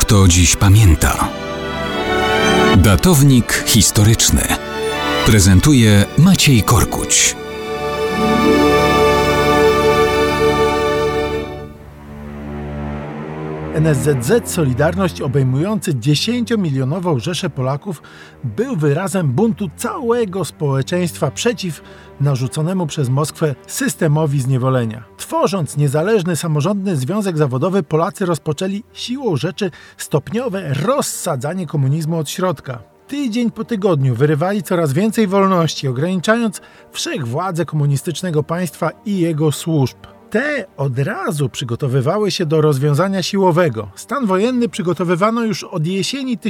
kto dziś pamięta. Datownik historyczny prezentuje Maciej Korkuć. NSZZ Solidarność, obejmujący 10-milionową rzeszę Polaków, był wyrazem buntu całego społeczeństwa przeciw narzuconemu przez Moskwę systemowi zniewolenia. Tworząc niezależny samorządny związek zawodowy, Polacy rozpoczęli siłą rzeczy stopniowe rozsadzanie komunizmu od środka. Tydzień po tygodniu wyrywali coraz więcej wolności, ograniczając wszechwładzę komunistycznego państwa i jego służb. Te od razu przygotowywały się do rozwiązania siłowego. Stan wojenny przygotowywano już od jesieni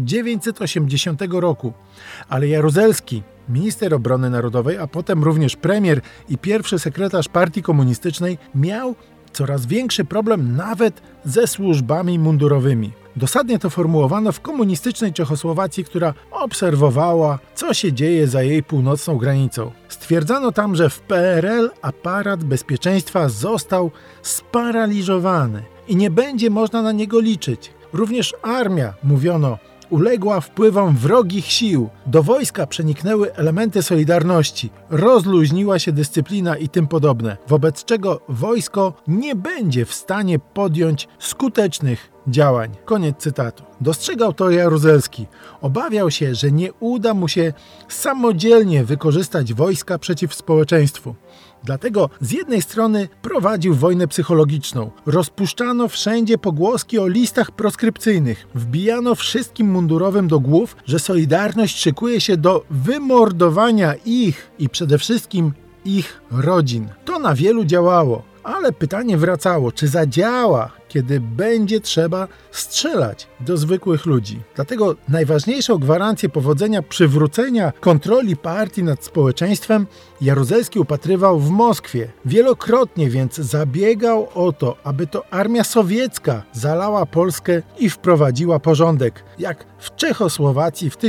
1980 roku, ale Jaruzelski, minister obrony narodowej, a potem również premier i pierwszy sekretarz partii komunistycznej, miał coraz większy problem nawet ze służbami mundurowymi. Dosadnie to formułowano w komunistycznej Czechosłowacji, która obserwowała, co się dzieje za jej północną granicą. Stwierdzano tam, że w PRL aparat bezpieczeństwa został sparaliżowany i nie będzie można na niego liczyć. Również armia, mówiono, uległa wpływom wrogich sił. Do wojska przeniknęły elementy Solidarności, rozluźniła się dyscyplina i tym podobne, wobec czego wojsko nie będzie w stanie podjąć skutecznych działań. Koniec cytatu. Dostrzegał to Jaruzelski. Obawiał się, że nie uda mu się samodzielnie wykorzystać wojska przeciw społeczeństwu. Dlatego z jednej strony prowadził wojnę psychologiczną. Rozpuszczano wszędzie pogłoski o listach proskrypcyjnych. Wbijano wszystkim mundurowym do głów, że Solidarność szykuje się do wymordowania ich i przede wszystkim ich rodzin. To na wielu działało. Ale pytanie wracało, czy zadziała, kiedy będzie trzeba strzelać do zwykłych ludzi. Dlatego najważniejszą gwarancję powodzenia przywrócenia kontroli partii nad społeczeństwem Jaruzelski upatrywał w Moskwie. Wielokrotnie więc zabiegał o to, aby to armia sowiecka zalała Polskę i wprowadziła porządek, jak w Czechosłowacji w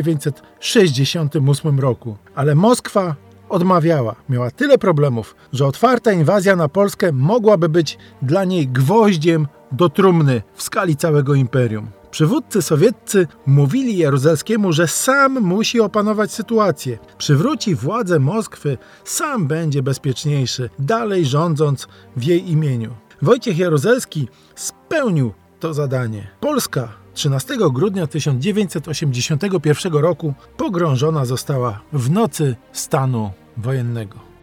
1968 roku. Ale Moskwa odmawiała. Miała tyle problemów, że otwarta inwazja na Polskę mogłaby być dla niej gwoździem do trumny w skali całego imperium. Przywódcy sowieccy mówili Jaruzelskiemu, że sam musi opanować sytuację. Przywróci władzę Moskwy, sam będzie bezpieczniejszy, dalej rządząc w jej imieniu. Wojciech Jaruzelski spełnił to zadanie. Polska 13 grudnia 1981 roku pogrążona została w nocy stanu wojennego.